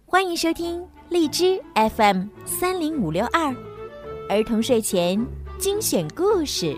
欢迎收听荔枝 FM30562儿童睡前精选故事。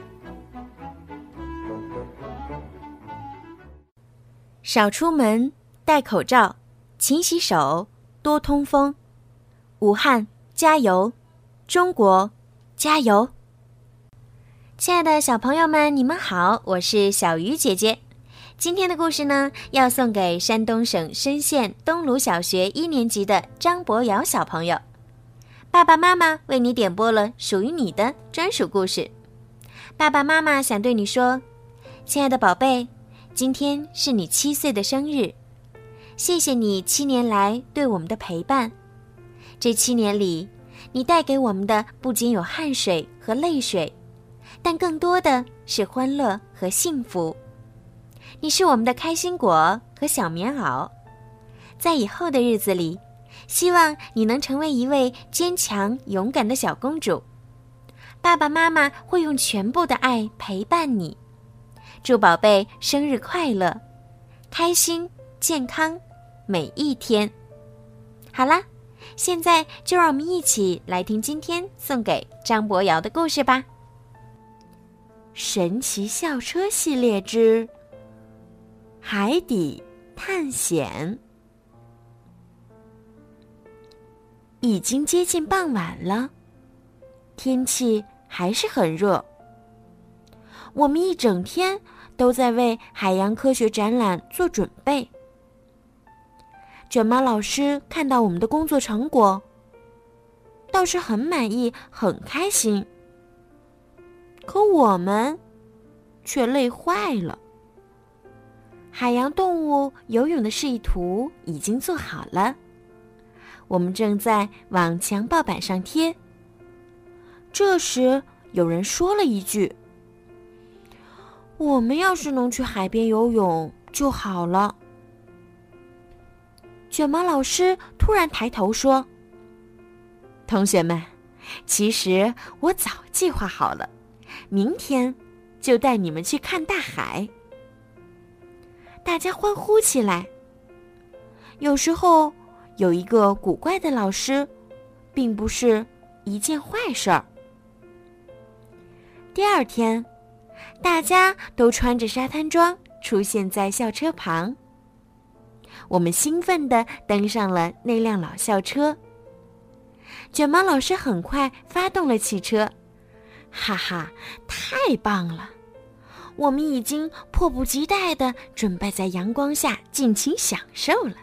少出门，戴口罩，勤洗手，多通风。武汉加油，中国加油！亲爱的小朋友们，你们好，我是小鱼姐姐。今天的故事呢，要送给山东省莘县东鲁小学1年级的张博瑶小朋友。爸爸妈妈为你点播了属于你的专属故事。爸爸妈妈想对你说，亲爱的宝贝，今天是你7岁的生日，谢谢你7年来对我们的陪伴。这7年里，你带给我们的不仅有汗水和泪水，但更多的是欢乐和幸福。你是我们的开心果和小棉袄，在以后的日子里，希望你能成为一位坚强勇敢的小公主。爸爸妈妈会用全部的爱陪伴你。祝宝贝生日快乐，开心健康每一天。好啦，现在就让我们一起来听今天送给张博瑶的故事吧。神奇校车系列之海底探险。已经接近傍晚了，天气还是很热。我们一整天都在为海洋科学展览做准备。卷毛老师看到我们的工作成果，倒是很满意，很开心。可我们却累坏了。海洋动物游泳的示意图已经做好了，我们正在往墙报板上贴。这时有人说了一句，我们要是能去海边游泳就好了。卷毛老师突然抬头说，同学们，其实我早计划好了，明天就带你们去看大海。大家欢呼起来。有时候有一个古怪的老师，并不是一件坏事儿。第二天，大家都穿着沙滩装出现在校车旁。我们兴奋地登上了那辆老校车。卷毛老师很快发动了汽车，哈哈，太棒了！我们已经迫不及待地准备在阳光下尽情享受了。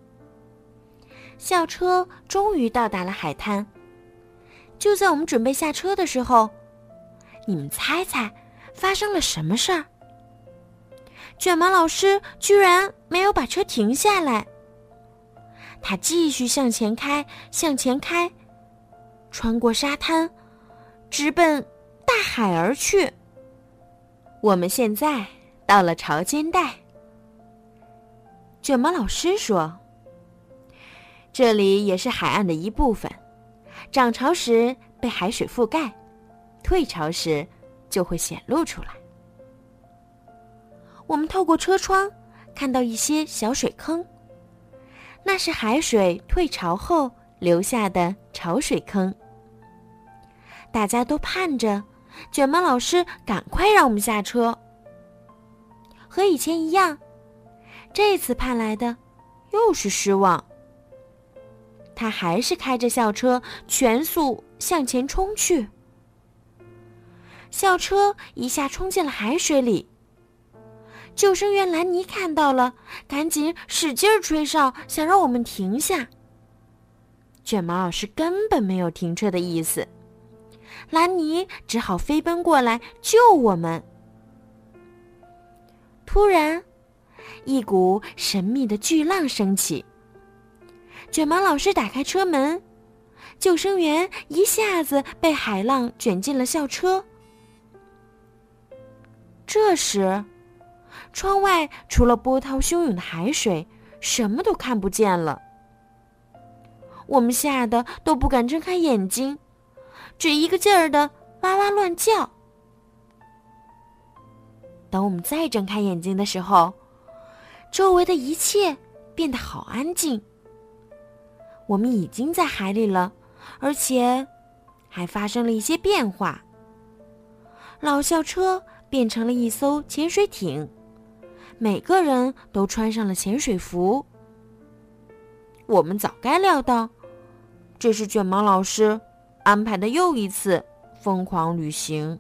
校车终于到达了海滩。就在我们准备下车的时候，你们猜猜发生了什么事儿？卷毛老师居然没有把车停下来，他继续向前开，向前开，穿过沙滩，直奔大海而去。我们现在到了潮间带。卷毛老师说，这里也是海岸的一部分，涨潮时被海水覆盖，退潮时就会显露出来。我们透过车窗看到一些小水坑，那是海水退潮后留下的潮水坑。大家都盼着卷毛老师赶快让我们下车。和以前一样，这次盼来的又是失望。他还是开着校车全速向前冲去。校车一下冲进了海水里。救生员兰妮看到了，赶紧使劲吹哨，想让我们停下。卷毛老师根本没有停车的意思，兰妮只好飞奔过来救我们。突然，一股神秘的巨浪升起。卷毛老师打开车门，救生员一下子被海浪卷进了校车。这时，窗外除了波涛汹涌的海水，什么都看不见了。我们吓得都不敢睁开眼睛，只一个劲儿的哇哇乱叫。等我们再睁开眼睛的时候，周围的一切变得好安静。 我们已经在海里了，而且还发生了一些变化。老校车变成了一艘潜水艇，每个人都穿上了潜水服。我们早该料到，这是卷毛老师安排的又一次疯狂旅行。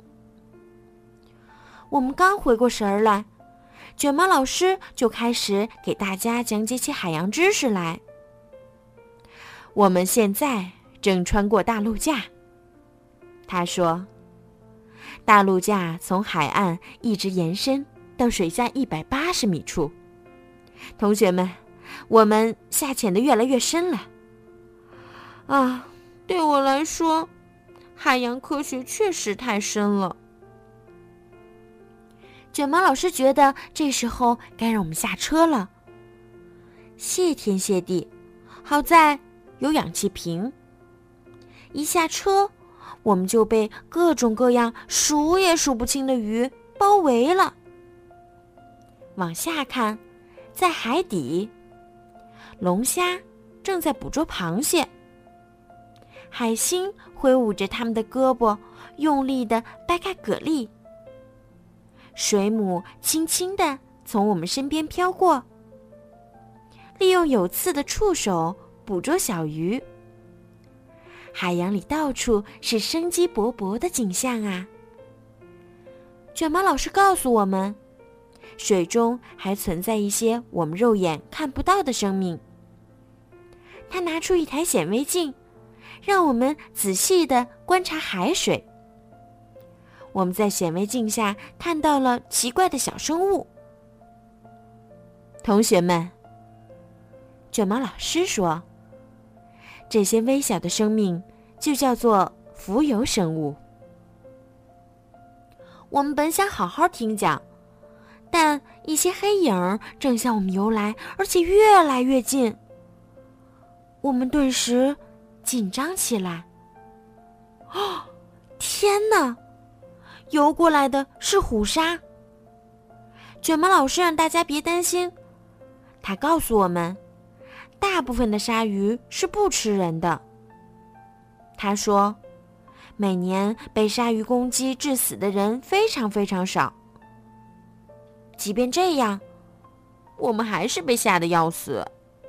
我们刚回过神儿来，卷毛老师就开始给大家讲解起海洋知识来。我们现在正穿过大陆架，他说，大陆架从海岸一直延伸到水下180米处。同学们，我们下潜得越来越深了。啊，对我来说，海洋科学确实太深了。卷毛老师觉得这时候该让我们下车了。谢天谢地，好在有氧气瓶。一下车，我们就被各种各样数也数不清的鱼包围了。往下看，在海底，龙虾正在捕捉螃蟹，海星挥舞着它们的胳膊，用力地掰开蛤蜊。水母轻轻地从我们身边飘过，利用有刺的触手捕捉小鱼。海洋里到处是生机勃勃的景象啊！卷毛老师告诉我们，水中还存在一些我们肉眼看不到的生命。他拿出一台显微镜，让我们仔细地观察海水。我们在显微镜下看到了奇怪的小生物。同学们，卷毛老师说，这些微小的生命就叫做浮游生物。我们本想好好听讲，但一些黑影正向我们游来，而且越来越近。我们顿时紧张起来。哦，天哪！游过来的是虎鲨。卷毛老师让大家别担心，他告诉我们，大部分的鲨鱼是不吃人的。他说，每年被鲨鱼攻击致死的人非常非常少。即便这样，我们还是被吓得要死。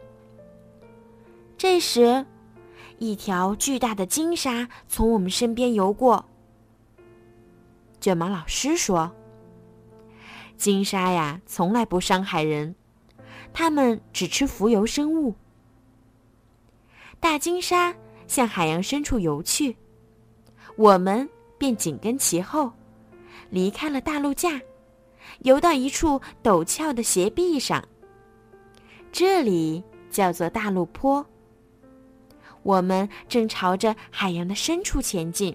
这时，一条巨大的鲸鲨从我们身边游过。卷毛老师说，鲸鲨呀，从来不伤害人，它们只吃浮游生物。大鲸鲨向海洋深处游去，我们便紧跟其后，离开了大陆架，游到一处陡峭的斜壁上，这里叫做大陆坡。我们正朝着海洋的深处前进。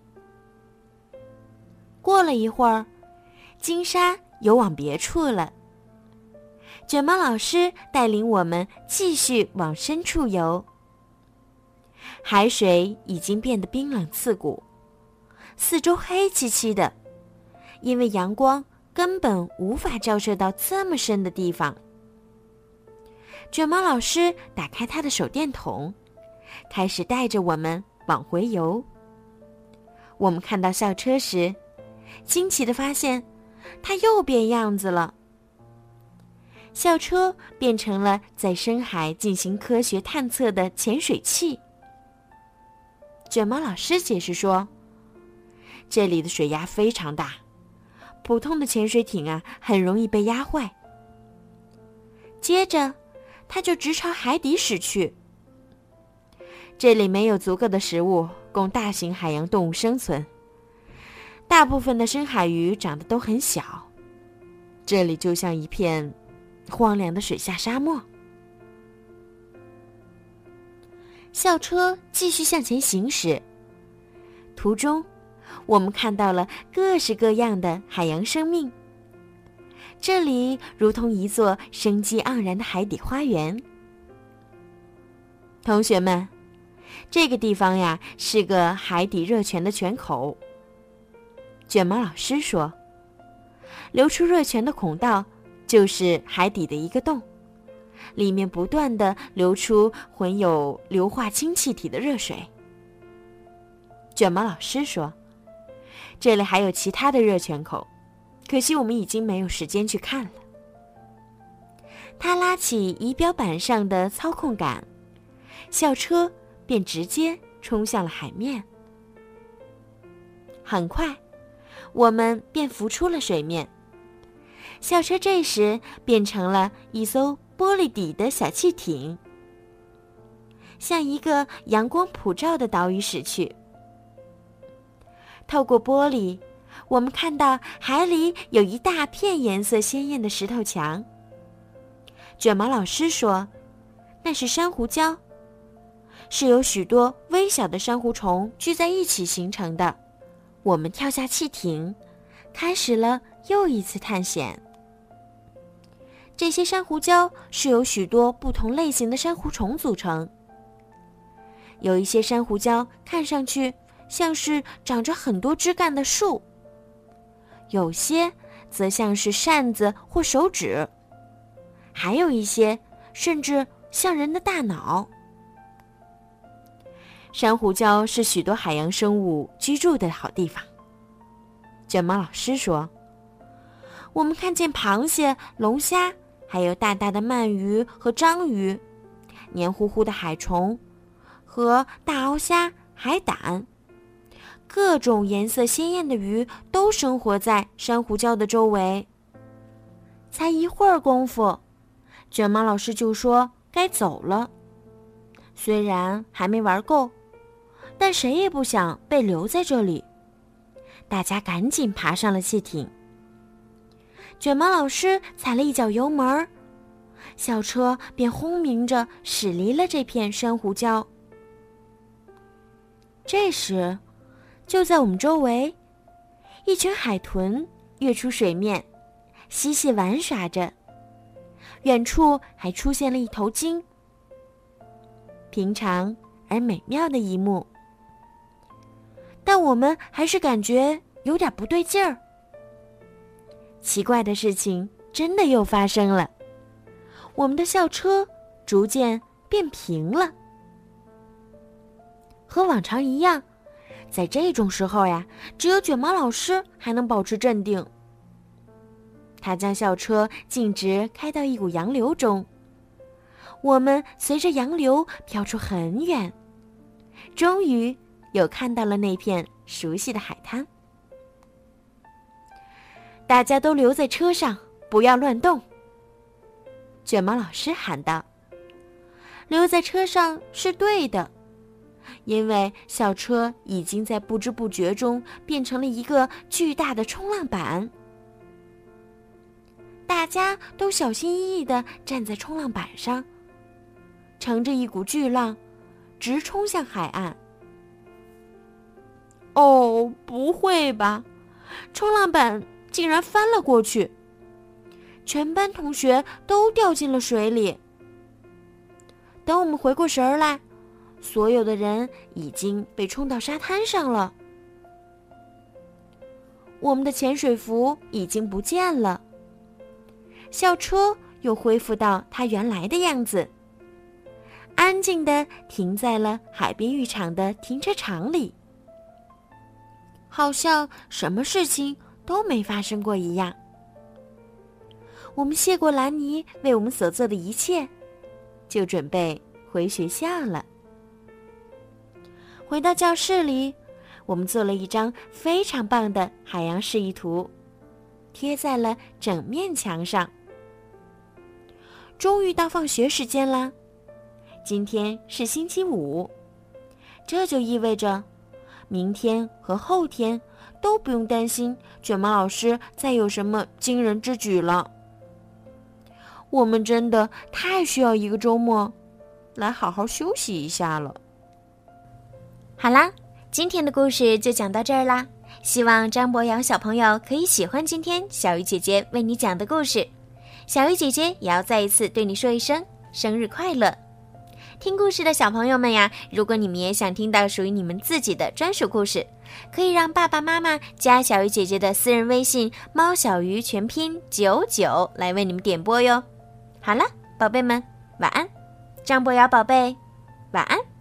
过了一会儿，鲸鲨游往别处了。卷毛老师带领我们继续往深处游。海水已经变得冰冷刺骨，四周黑漆漆的，因为阳光根本无法照射到这么深的地方。卷毛老师打开他的手电筒，开始带着我们往回游。我们看到校车时，惊奇地发现，它又变样子了。校车变成了在深海进行科学探测的潜水器。卷毛老师解释说，这里的水压非常大，普通的潜水艇啊，很容易被压坏。接着，他就直朝海底驶去。这里没有足够的食物供大型海洋动物生存。大部分的深海鱼长得都很小，这里就像一片荒凉的水下沙漠。校车继续向前行驶，途中我们看到了各式各样的海洋生命，这里如同一座生机盎然的海底花园。同学们，这个地方呀，是个海底热泉的泉口。卷毛老师说，流出热泉的孔道就是海底的一个洞， 里面不断地流出混有硫化氢气体的热水。卷毛老师说，这里还有其他的热泉口，可惜我们已经没有时间去看了。他拉起仪表板上的操控杆，校车便直接冲向了海面。很快，我们便浮出了水面。校车这时变成了一艘玻璃底的小汽艇，向一个阳光普照的岛屿驶去。透过玻璃，我们看到海里有一大片颜色鲜艳的石头墙。卷毛老师说，那是珊瑚礁，是由许多微小的珊瑚虫聚在一起形成的。我们跳下汽艇，开始了又一次探险。这些珊瑚礁是由许多不同类型的珊瑚虫组成。有一些珊瑚礁看上去像是长着很多枝干的树，有些则像是扇子或手指，还有一些甚至像人的大脑。珊瑚礁是许多海洋生物居住的好地方。卷毛老师说，我们看见螃蟹、龙虾，还有大大的鳗鱼和章鱼，黏糊糊的海虫和大鳌虾、海胆，各种颜色鲜艳的鱼都生活在珊瑚礁的周围。才一会儿功夫，卷毛老师就说该走了。虽然还没玩够，但谁也不想被留在这里。大家赶紧爬上了汽艇。卷毛老师踩了一脚油门，校车便轰鸣着驶离了这片珊瑚礁。这时，就在我们周围，一群海豚跃出水面，嬉戏玩耍着。远处还出现了一头鲸。平常而美妙的一幕，但我们还是感觉有点不对劲儿。奇怪的事情真的又发生了，我们的校车逐渐变平了。和往常一样，在这种时候呀，只有卷毛老师还能保持镇定。他将校车径直开到一股洋流中，我们随着洋流飘出很远，终于又看到了那片熟悉的海滩。大家都留在车上，不要乱动。卷毛老师喊道：“留在车上是对的，因为校车已经在不知不觉中变成了一个巨大的冲浪板。”大家都小心翼翼地站在冲浪板上，乘着一股巨浪，直冲向海岸。哦，不会吧！冲浪板竟然翻了过去，全班同学都掉进了水里。等我们回过神儿来，所有的人已经被冲到沙滩上了。我们的潜水服已经不见了，校车又恢复到它原来的样子，安静地停在了海滨浴场的停车场里，好像什么事情都没发生过一样。我们谢过兰妮为我们所做的一切，就准备回学校了。回到教室里，我们做了一张非常棒的海洋示意图，贴在了整面墙上。终于到放学时间啦！今天是星期五，这就意味着明天和后天都不用担心卷毛老师再有什么惊人之举了。我们真的太需要一个周末来好好休息一下了。好啦，今天的故事就讲到这儿啦。希望张博洋小朋友可以喜欢今天小鱼姐姐为你讲的故事。小鱼姐姐也要再一次对你说一声生日快乐。听故事的小朋友们呀，如果你们也想听到属于你们自己的专属故事，可以让爸爸妈妈加小鱼姐姐的私人微信猫小鱼全拼99来为你们点播哟。好了，宝宝贝们，晚安。张博瑶宝贝，晚安。